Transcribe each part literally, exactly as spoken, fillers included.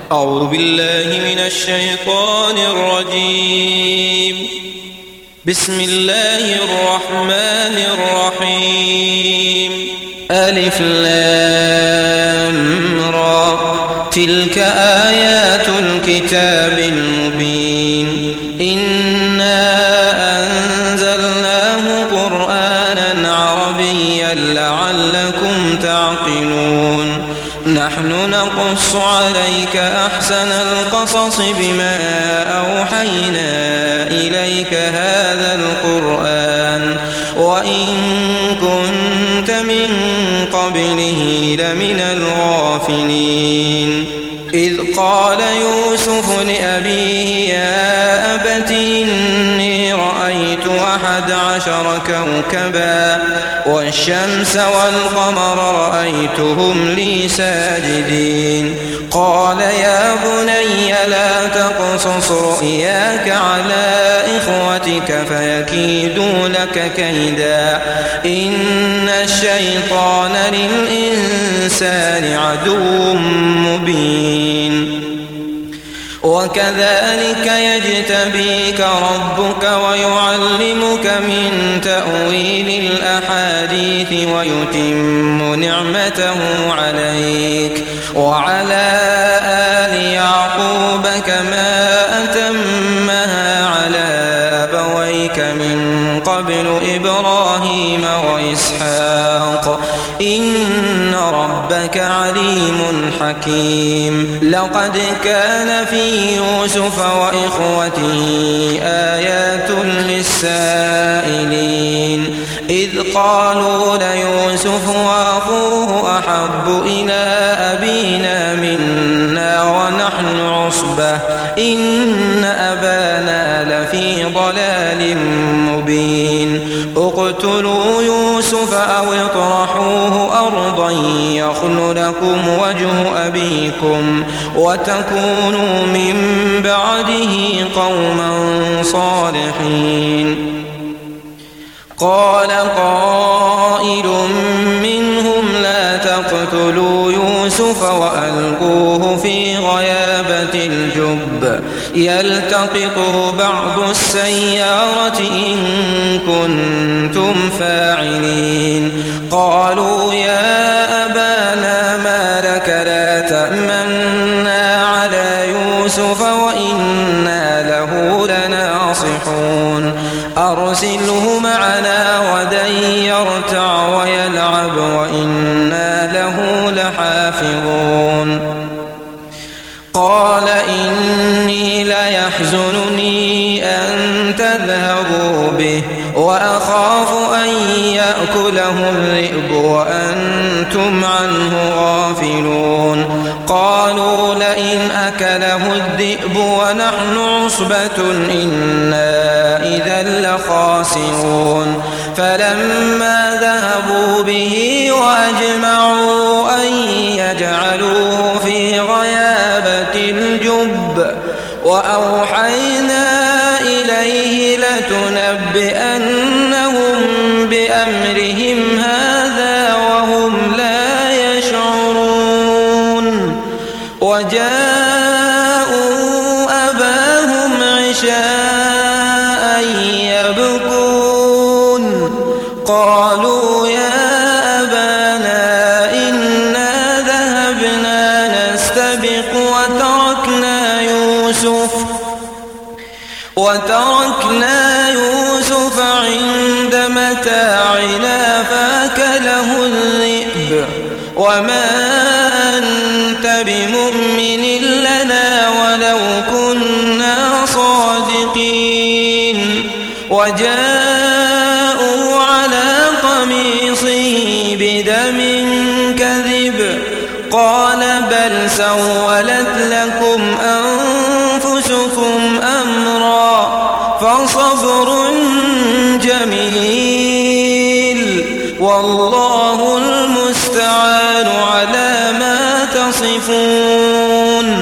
أعوذ بالله من الشيطان الرجيم. بسم الله الرحمن الرحيم. ألف لام را، تلك آيات الكتاب المبين. إنا أنزلناه قرآنا عربيا لعلكم تعقلون. نحن نقص عليك أحسن القصص بما أوحينا إليك هذا القرآن وإن كنت من قبله لمن الغافلين. إذ قال يوسف لأبيه يا أبت إني رأيت أحد عشر كوكبا والشمس والقمر رأيتهم لي ساجدين. قال يا بني لا تقصص رؤياك على إخوتك فيكيدوا لك كيدا إن الشيطان للإنسان عدو مبين. وكذلك يجتبيك ربك ويعلمك من تأويل الأحاديث ويتم نعمته عليك وعلى آل يعقوب كما أتمها على أبويك من قبل إبراهيم وإسحاق إن ربك عليم حكيم. لقد كان في يوسف وإخوته آيات للسائلين إذ قالوا ليوسف وأخوه أحب إلى أبينا منا ونحن عصبة إن أبانا لفي ضلال مبين. اقتلوا يوسف أو اطرحوه أرضا يخل لكم وجه أبيكم وتكونوا من بعده قوما صالحين. قال قائل منهم لا تقتلوا يوسف وألقوه في غيابة الجب يلتقطه بعض السيارة إن كنتم فاعلين. قالوا يا أبانا ما لك لا تأمنا على يوسف وإنا له لناصحون. أرسله معنا غدا يرتع ويلعب وإنا له لحافظون. قال إني ليحزنني أن تذهبوا به وأخاف أن يأكله الذئب وأنتم عنه غافلون. قالوا لئن أكله الذئب ونحن عصبة إنا إذا لخاسرون. فلما ذهبوا به وأجمعوا أن يجعلوه في غيابة الجب وأوحينا إليه لتنبئنهم بأمرهم هذا وهم لا يشعرون. وجاءوا أباهم عشاء يبكون. قالوا يا أبانا إنا ذهبنا نستبق وتركنا يوسف وتركنا يوسف عند متاعنا فأكله الذئب وما أنت بمؤمن لنا ولو كنا صادقين. وجاءوا على قميصه بدم كذب قال بل سولت لكم أنفسكم أمرا فصبر جميل والله المستعان على ما تصفون.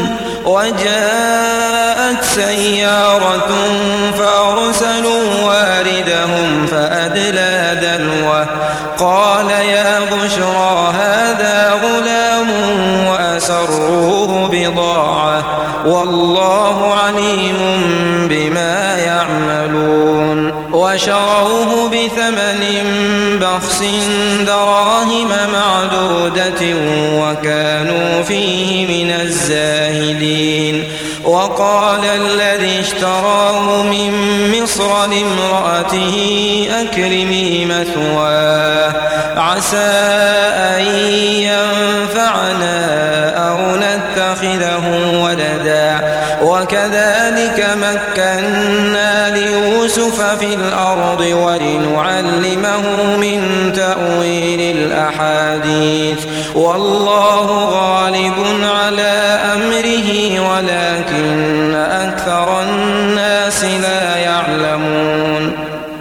وجاءت سيارة فأرسلوا واردهم فأدلى دلوه قال يا بشرى هذا غلام وأسروه بضاعة والله عليم بما يعملون وشروه بثمن بخس دراهم معدودة وكانوا فيه من الزاهدين وقال الذي اشتراه من مصر لامرأته أكرمي مثواه عسى أن ينفعنا أو نتخذه ولدا وكذلك مكنا ليوسف في الأرض ولنعلمه من تأويل الأحاديث والله غالب على أمره ولكن أكثر الناس لا يعلمون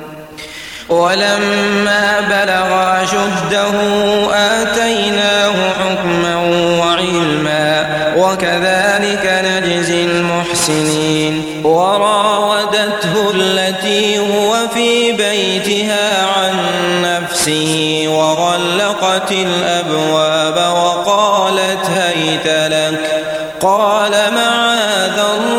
ولما بلغ أشده آتيناه حكما وعلما وكذلك نجزي المحسنين وراودته التي هو في بيتها عن نفسه وغلقت الأبواب وقالت هيت لك قال معاذ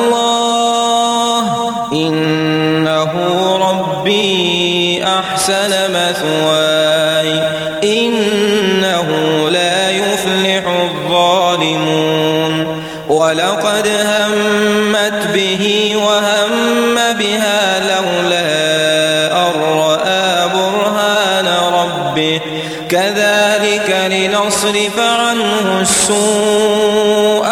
الله إنه ربي أحسن مثواي إنه لا يفلح الظالمون ولقد همت به وهم بها لولا أن رأى برهان ربه كذلك لنصرف عنه السوء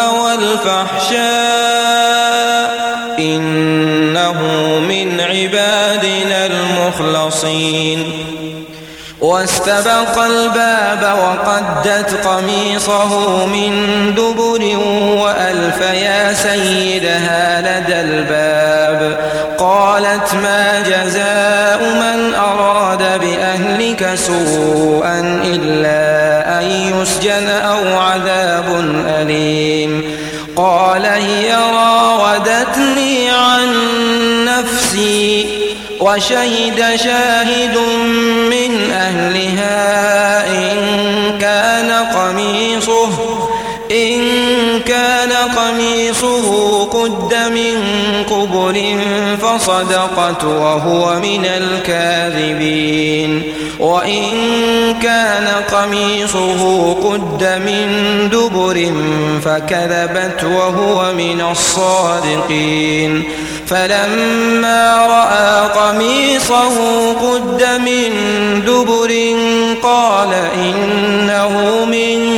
والفحشاء إنه من عبادنا المخلصين واستبق الباب وقدت قميصه من دبر وألف يا سيدها لدى الباب قالت ما جزاء من أراد بأهلك سوءا إلا أن يسجن أو عذاب أليم قال هي راودتني عن نفسي وشهد شاهد من أهلها إن كان قميصه إن كان قميصه قد من قبل فصدقت وهو من الكاذبين وإن كان قميصه قد من دبر فكذبت وهو من الصادقين فلما رأى قميصه قد من دبر قال إنه من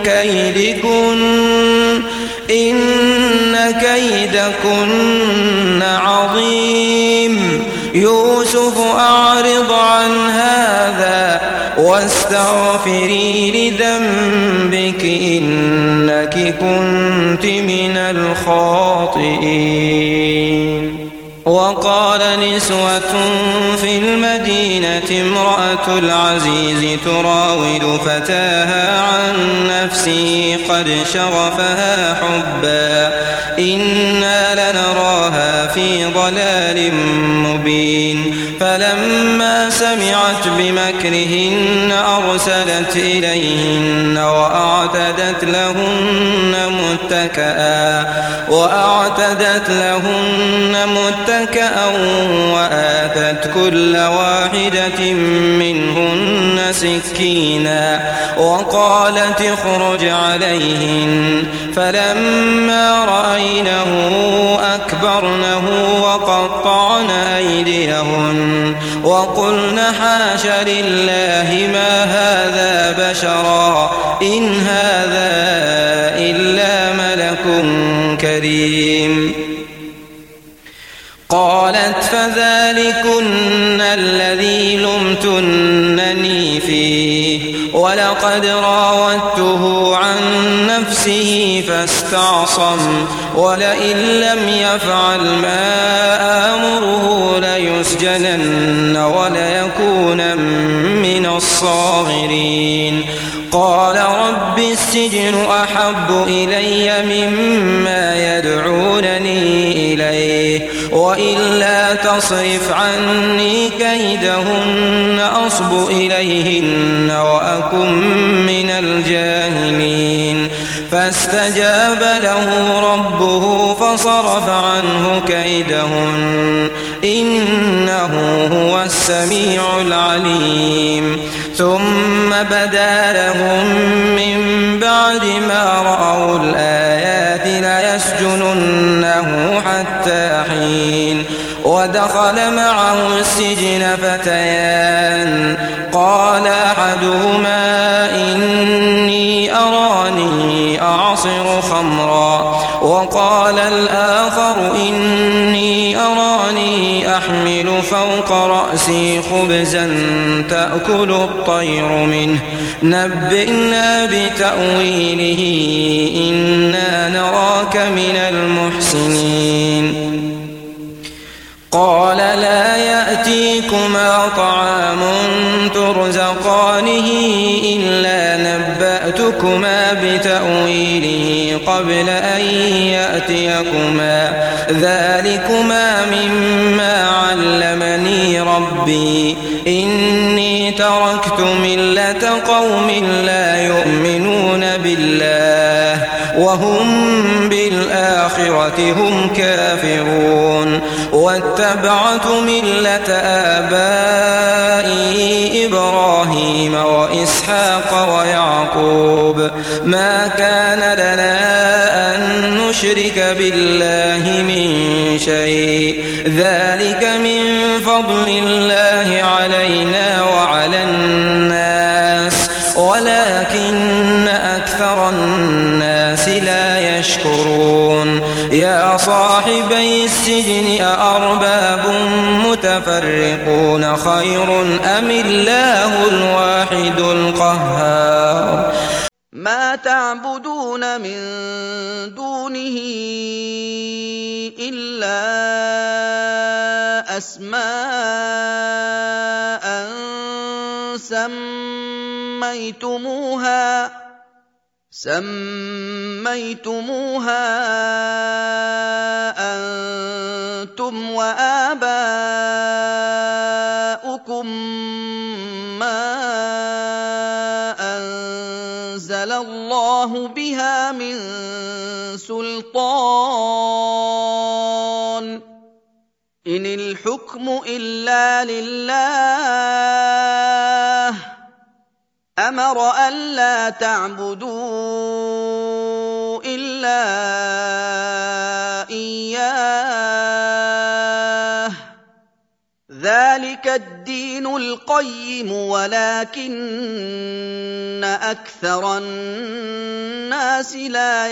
كيدكن إن كيدكن عظيم يوسف أعرض عن هذا واستغفري لذنبك إنك كنت من الخاطئين وقال نسوة في المدينة امرأة العزيز تراود فتاها عن نفسه قد شغفها حبا إنا لنراها في ضلال مبين فلما سمعت بمكرهن أرسلت إليهن وأعتدت لهن متكئا وأعتدت لهن متكئا وآتت كل واحدة منهن سكينا وقالت اخرج عليهن فلما رأينه أكبرنه وقطعن أيديهن وقلن حاش لله ما هذا بشرا إن هذا إلا ملك كريم قالت فذلكن الذي لمتنني فيه ولقد راودته عن نفسه فاستعصم ولئن لم يفعل ما آمره ليسجنن وليكون من الصاغرين قال رب السجن أحب إلي مما يدعونني إليه وإلا تصرف عني كيدهن أصب إليهن وأكن من الجاهلين فاستجاب له ربه فصرف عنه كيدهن إنه هو السميع العليم ثم بدا لهم من بعد ما رأوا الآيات ليسجننه حتى حين ودخل معه السجن فتيان قال أحدهما إني أراني أعصر خمرا وقال الآخر إني أراني أحمل فوق رأسي خبزا تأكل الطير منه نبئنا بتأويله إنا نراك من المحسنين قال لا يأتيكما طعام ترزقانه إلا نبأتكما بتأويله قبل أن يأتيكما ذلكما مما علمني ربي إني تركت ملة قوم لا يؤمنون بالله وهم بالآخرة هم كافرون واتبعت ملة آبائي إبراهيم وإسحاق ويعقوب ما كان لنا أن نشرك بالله من شيء ذلك من فضل الله علينا وعلى الناس ولكن أكثر الناس لا يشكرون يا صاحبي السجن أأرباب متفرقون خير أم الله الواحد القهار ما تعبدون من دونه إلا أسماء سميتموها سميتموها أنتم وآباؤكم ما أنزل الله بها من سلطان إن الحكم إلا لله أمر ألا تعبدوا إلا إياه ذلك الدين القيم ولكن أكثر الناس لا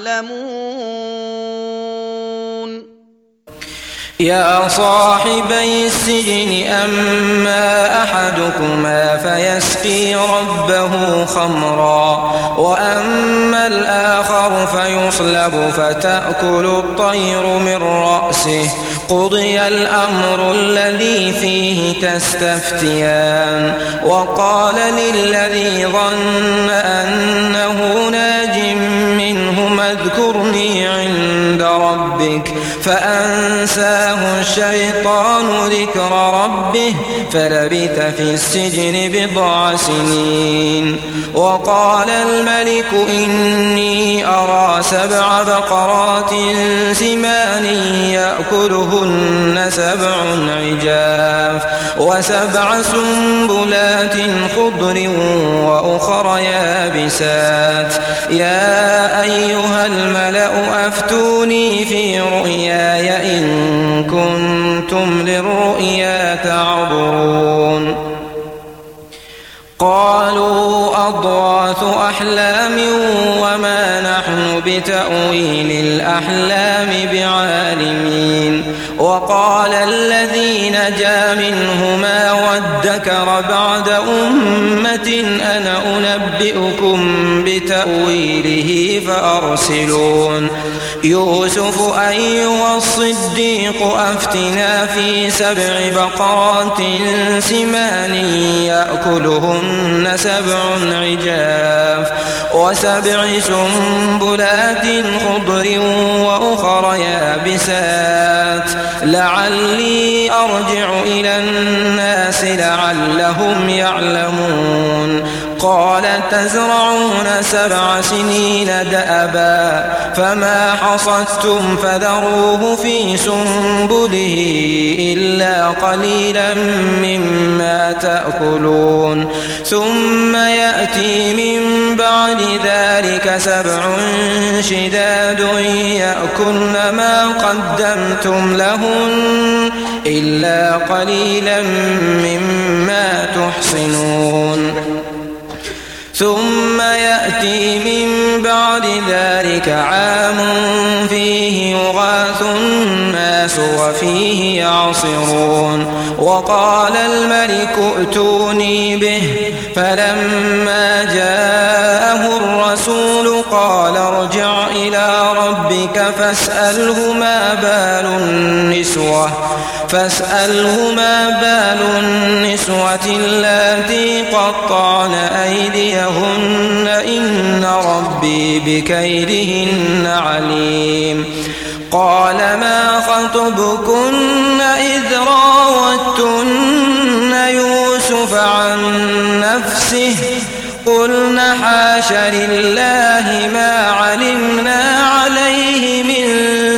يعلمون يا صاحبي السجن أما أحدكما فيسقي ربه خمرا وأما الآخر فيصلب فتأكل الطير من رأسه قضي الأمر الذي فيه تستفتيان وقال للذي ظن أنه ناج منهما اذكرني عند ربك فأنساه الشيطان ذكر ربه فلبث في السجن بضع سنين وقال الملك إني أرى سبع بقرات سمان يأكلهن سبع عجاف وسبع سنبلات خضر وأخر يابسات يا أيها الملأ أفتوني في رؤياي إن كنتم للرؤيا تعبرون قالوا أضغاث أحلام وما نحن بتأويل الأحلام بعالمين وقال الذي نجا منهما وادكر بعد أمة أنا أنبئكم بتأويله فأرسلون يوسف أيها الصديق أفتنا في سبع بقرات سمان يأكلهن سبع عجاف وسبع سنبلات خضر وأخر يابسات لعلي أرجع إلى الناس لعلهم يعلمون قال تزرعون سبع سنين دأبا فما حصدتم فذروه في سنبله إلا قليلا مما تأكلون ثم يأتي من بعد ذلك سبع شداد يأكلن ما قدمتم لهن إلا قليلا مما تحصنون ثم يأتي من بعد ذلك عام فيه يغاث الناس وفيه يعصرون وقال الملك ائتوني به فلما جاءه الرسول قال ارجع إلى ربك فاسأله ما بال النسوة فاسأله ما بال النسوة اللاتي قطعن أيديهن إن ربي بكيدهن عليم قال ما خطبكن إذ راوتن يوسف عن نفسه قلنا حاش لله ما علمنا عليه من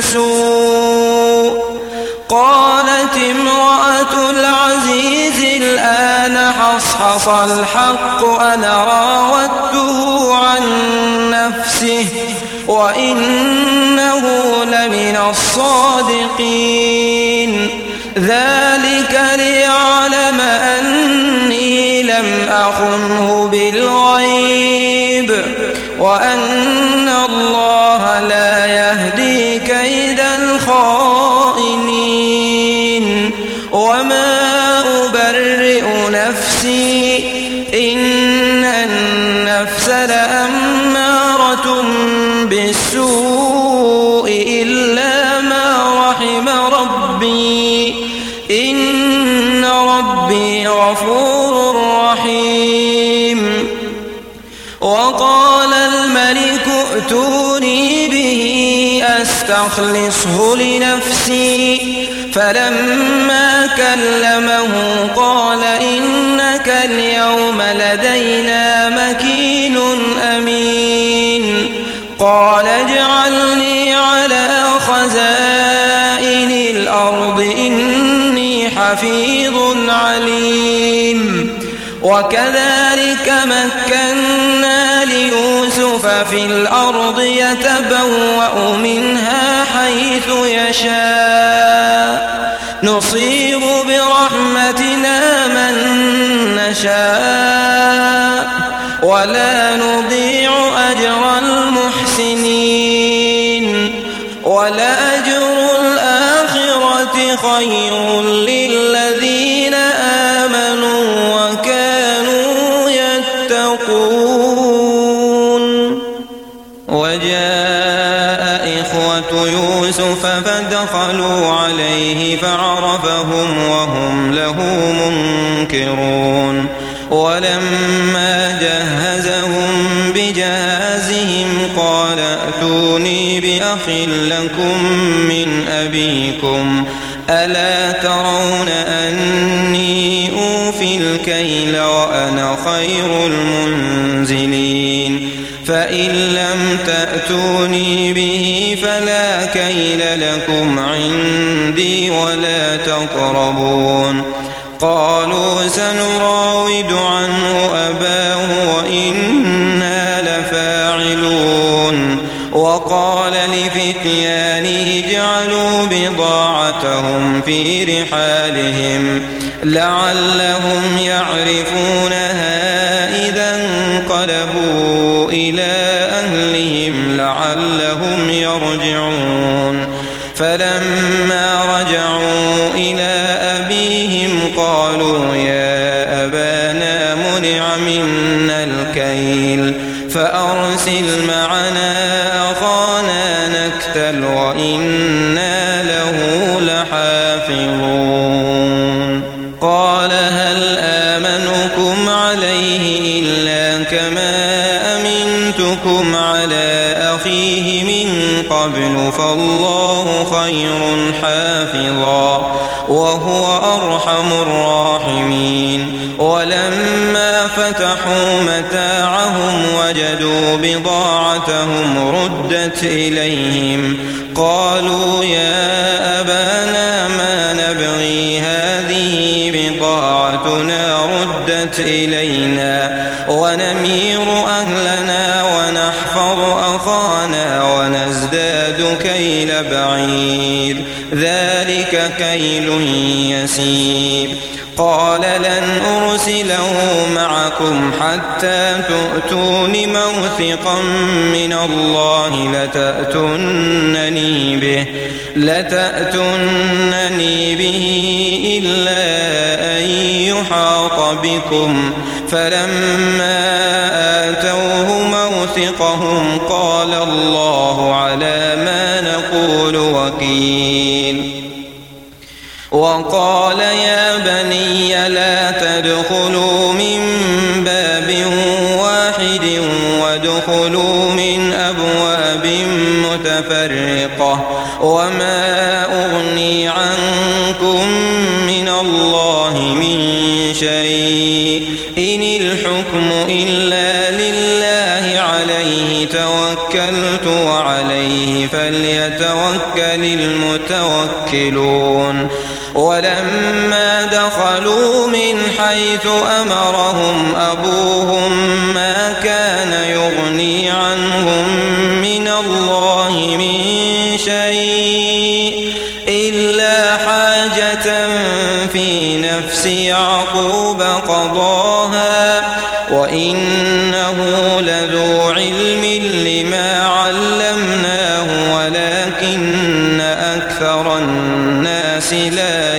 سوء قالت امرأة العزيز الآن حصحص الحق أنا راودته عن نفسه وإنه لمن الصادقين ذلك ليعلم أني لم أخنه بالغيب وأن الله لا يهدي كيد الخائنين وما أبرئ نفسي إن النفس لأمارة بالسوء إلا ما رحم ربي إن ربي غفور رحيم وقال الملك ائتوني به أستخلصه لنفسي فلما كلمه قال إنك اليوم لدينا مكين أمين قال اجعلني على خزائن الأرض إني حفيظ عليم وكذلك مكنا ليوسف في الأرض يتبوأ منها حيث يشاء نصيب برحمتنا من نشاء ولا نضيع أجر المحسنين ولأجر الآخرة خير للذين آمنوا وكانوا يتقون وجاء إخوة يوسف فدخلوا عليه فعرفهم وهم له منكرون ولما جهزهم بجهازهم قال ائتوني بأخ لكم من أبيكم ألا ترون أني أوفي الكيل وأنا خير المنزلين فإن لم تأتوني به فلا كيل لكم عندي ولا تقربون قالوا سنراود عنه أباه وإنا لفاعلون وقال لفتيانه اجعلوا بضاعتهم في رحالهم لعلهم يعرفونها إذا انقلبوا إلى أهلهم لعلهم يرجعون فلما رجعوا إلى أبيهم قالوا يا أبانا منع منا الكيل فأرسل معنا أخانا نكتل وإنا له لحافظون قال هل آمنكم عليه إلا كما أمنتكم على أخيه من قبل فالله خير حافظا وهو أرحم الراحمين ولما فتحوا متاعهم وجدوا بضاعتهم ردت إليهم قالوا يا أبانا ما نبغي هذه بضاعتنا ردت إلينا ونمير أهلنا ونحفظ أخانا ونزداد كيل بعير ذلك كيل يسير قال لن أرسله معكم حتى تؤتون موثقا من الله لتأتونني به لتأتونني به إلا أن يحاط بكم فلما آتوه موثقهم قال الله على ما نقول وكيل وقال يا بني لا تدخلوا من باب واحد وادخلوا من أبواب متفرقة وما أغني عنكم من الله من شيء إن الحكم إلا لله عليه توكلت وعليه فليتوكل المتوكلون ولما دخلوا من حيث أمرهم أبوهم ما كان يغني عنهم من الله من شيء إلا حاجة في نفس يعقوب قضاها وإنه لذو علم لما علمناه ولكن أكثر الناس لا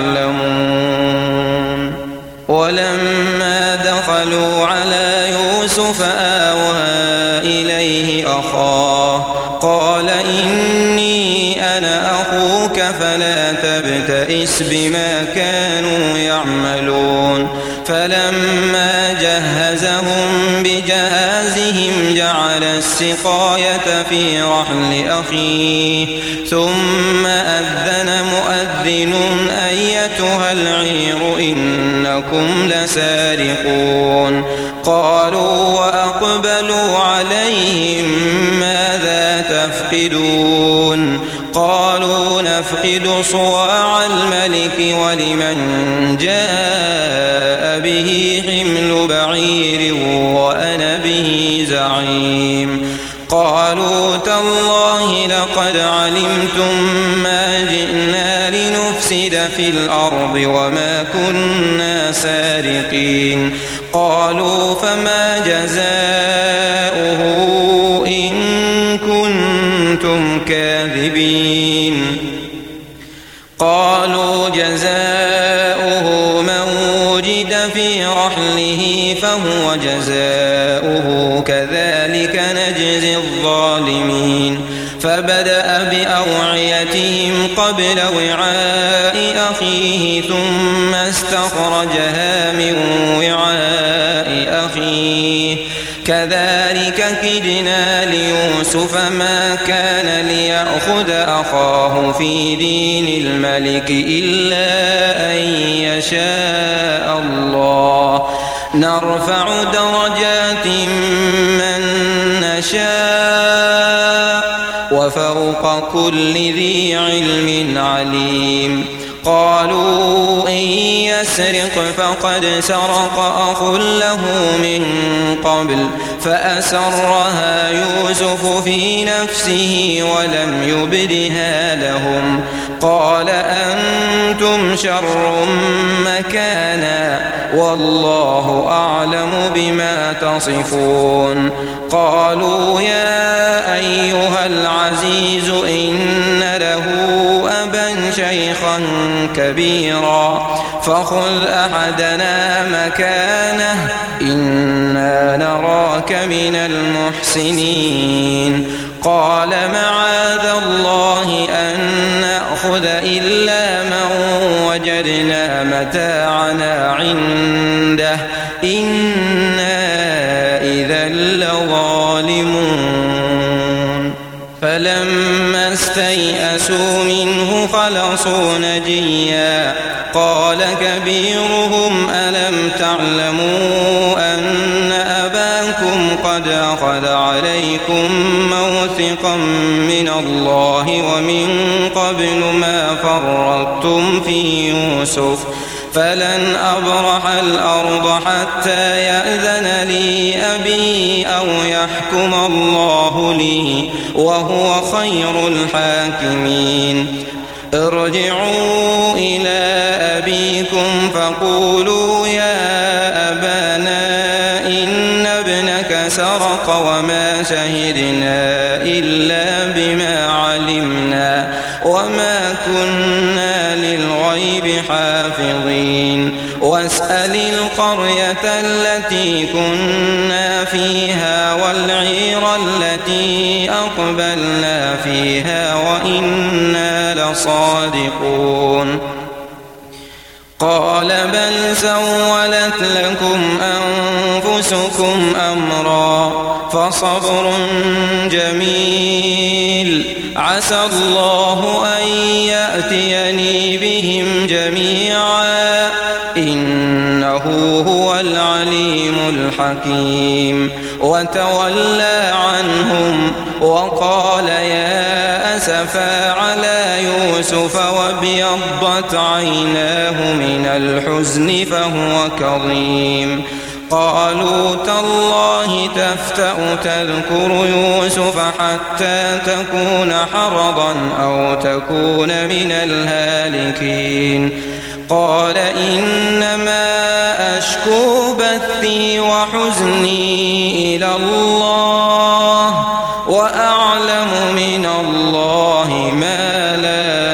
يعلمون ولما دخلوا على يوسف آوى إليه أخاه قال إني أنا أخوك فلا تبتئس بما كانوا يعملون فلما جهزهم بجهازهم جعل السقاية في رحل أخيه ثم أذن مؤذن أيتها العير إنكم لسارقون قالوا وأقبلوا عليهم ماذا تفقدون قالوا نفقد صواع الملك ولمن جاء به حمل بعير وأنا به زعيم قالوا تالله لقد علمتم ما جئنا لنفسد في الأرض وما كنا سارقين قالوا فما جزاؤه إن كنتم كاذبين قالوا جزاؤه من وجد في رحله فهو جزاؤه كذلك نجزي الظالمين فبدأ بأوعيتهم قبل وعاء أخيه ثم استخرجها من وعاء أخيه كذلك كدنا ليوسف ما كان ليأخذ أخاه في دين الملك إلا أن يشاء الله نرفع درجات من نشاء وفوق كل ذي علم عليم قالوا إن يسرق فقد سرق أخ له من قبل فأسرها يوسف في نفسه ولم يبدها لهم قال أنتم شر مكانا والله أعلم بما تصفون قالوا يا أيها العزيز إن له أبا شيخا كبيرا فخذ أحدنا مكانه إنا نراك من المحسنين قال معاذ الله أن نأخذ إلا من وجدنا متاعنا عنده إنا إذا لظالمون فلما استيئسوا منه خلصوا نجيا قال كبيرهم ألم تعلموا أن أباكم قد أخذ عليكم موثقا من الله ومن قبل ما فرطتم في يوسف فلن أبرح الأرض حتى يأذن لي أبي أو يحكم الله لي وهو خير الحاكمين ارجعوا إلى أبيكم فقولوا يا أبانا إن ابنك سرق وما شهدنا إلا بما علمنا وما كنا للغيب حافظين واسأل القرية التي كنا فيها والعير التي أقبلنا فيها وإنا لصادقون قال بل سولت لكم أنفسكم أمرا فصبر جميل عسى الله أن يأتيني بهم جميعا إنه هو العليم الحكيم وتولى عنهم وقال يا أسفا على يوسف وابيضت عيناه من الحزن فهو كظيم قالوا تالله تفتأ تذكر يوسف حتى تكون حرضا أو تكون من الهالكين قال إنما أشكو بثي وحزني إلى الله وأعلم من الله ما لا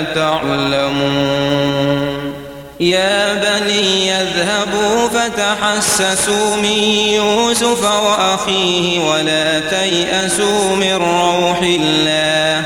تعلمون يا بني اذهبوا فتحسسوا من يوسف وأخيه ولا تيأسوا من روح الله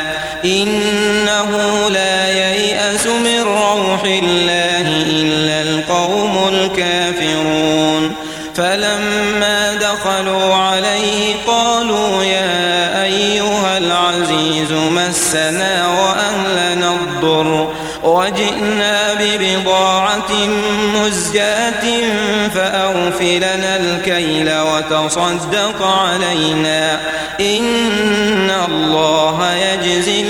إنه لا ييأس من روح الله إلا القوم الكافرون فلما دخلوا عليه قالوا يا أيها العزيز مسنا وأهلنا الضر وجئنا ببضاعة مزجاة فأوف لنا الكيل وتصدق علينا إن الله يجزي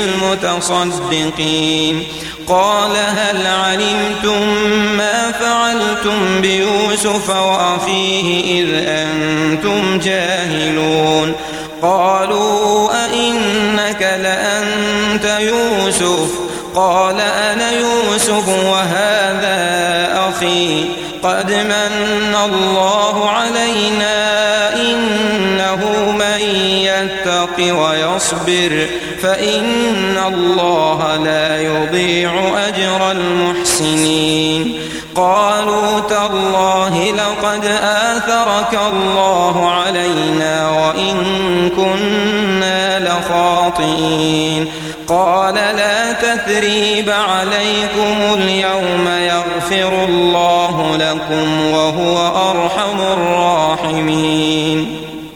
المتصدقين قال هل علمتم ما فعلتم بيوسف وأخيه إذ أنتم جاهلون قالوا أئنك لأنت يوسف قال أنا يوسف وهذا أخي قد من الله علينا إنه من يتق ويصبر فإن الله لا يضيع أجر المحسنين قالوا تالله لقد آثرك الله علينا وإن كنا لخاطئين قال لا تثريب عليكم اليوم يغفر الله لكم وهو أرحم الراحمين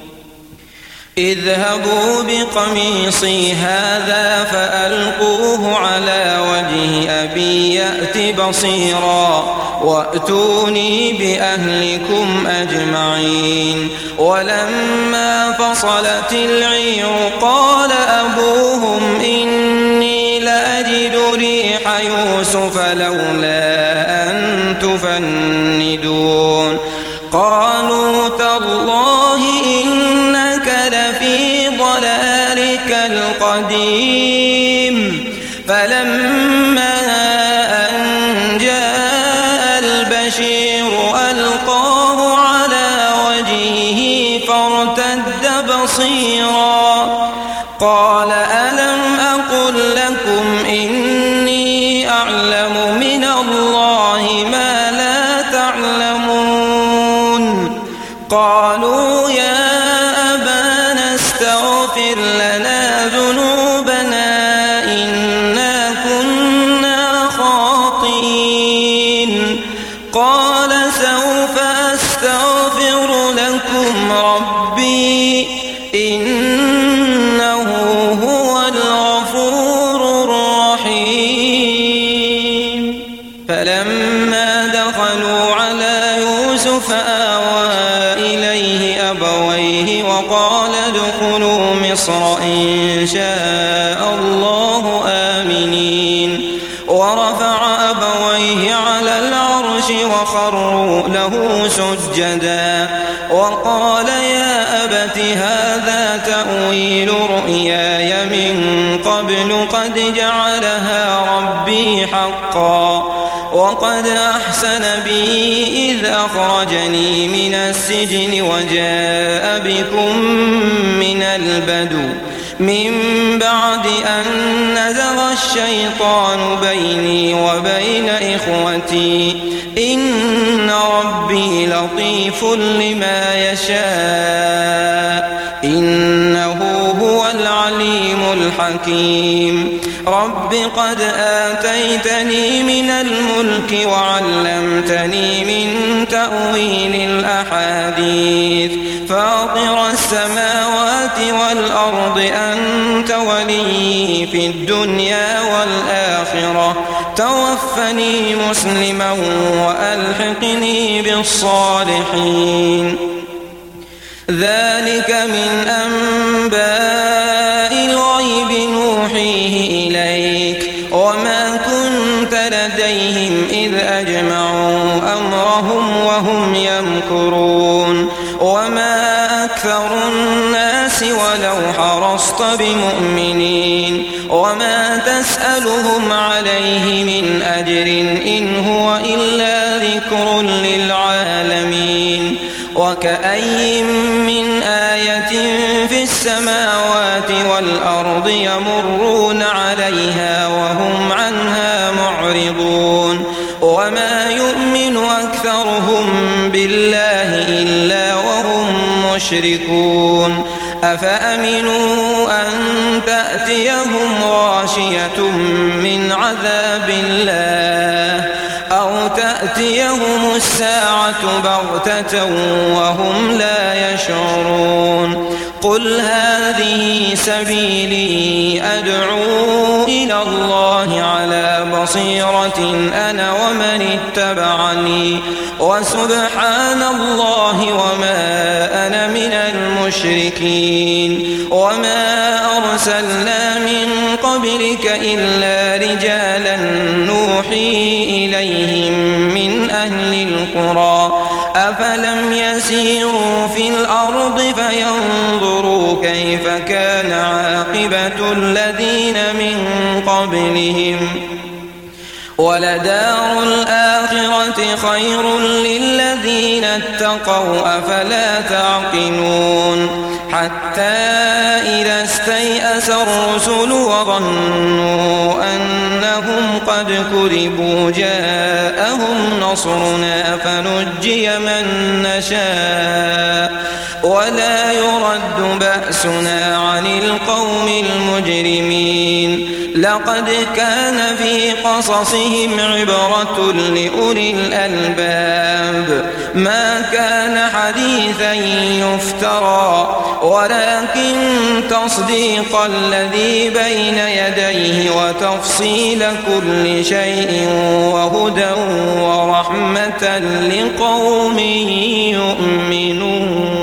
اذهبوا بقميصي هذا فألقوه على وجه أبي يأت بصيرا وأتوني بأهلكم أجمعين ولما فصلت العير قال أبوهم إني لأجد ريح يوسف لولا أن تفندون قالوا تالله إنك لفي ضلالك القديم فلما أن جاء البشير ألقاه على وجهه فارتد بصيرا قال ألم أقل لكم إني أعلم من الله ما لا تعلمون قالوا يا أبانا استغفر لنا ذنوبنا إنا كنا آمنين ورفع أبويه على العرش وخروا له سجدا وقال يا أبت هذا تأويل رؤياي من قبل قد جعلها ربي حقا وقد أحسن بي إذ أخرجني من السجن وجاء بكم من البدو من بعد أن نزغ الشيطان بيني وبين إخوتي إن ربي لطيف لما يشاء إنه هو العليم الحكيم رب قد آتيتني من الملك وعلمتني من تأويل الأحاديث فاطر السماوات والأرض أنت ولي في الدنيا والآخرة توفني مسلما وألحقني بالصالحين ذلك من أنباء الغيب نوحيه إليك وما كنت لديهم إذ أجمعوا أمرهم وهم يمكرون وما أكثر الناس ولو حرصت بمؤمنين وما تسألهم عليه من أجر إن هو إلا ذكر للعالمين وكأي من آية في السماوات والأرض يمرون عليها وهم عنها معرضون وما يؤمن أكثرهم بالله إلا وهم مشركون أفأمنوا أن تأتيهم غاشية من عذاب الله أو تأتيهم الساعة بغتة وهم لا يشعرون قل هذه سبيلي أدعو إلى الله على بصيرة أنا ومن اتبعني وسبحان الله وما أنا من المشركين وما أرسلنا من قبلك إلا رجالا نوحي إليهم من أهل القرى أفلم يسيروا في الأرض فينظروا كيف كان عاقبة الذين من قبلهم ولدار الآخرة خير للذين اتقوا أفلا تعقلون حتى إذا استيأس الرسل وظنوا أنهم قد كذبوا جاءهم نصرنا فنجي من نشاء ولا يرد بأسنا عن القوم المجرمين لقد كان في قصصهم عبرة لأولي الألباب ما كان حديثا يفترى ولكن تصديق الذي بين يديه وتفصيل كل شيء وهدى ورحمة لقوم يؤمنون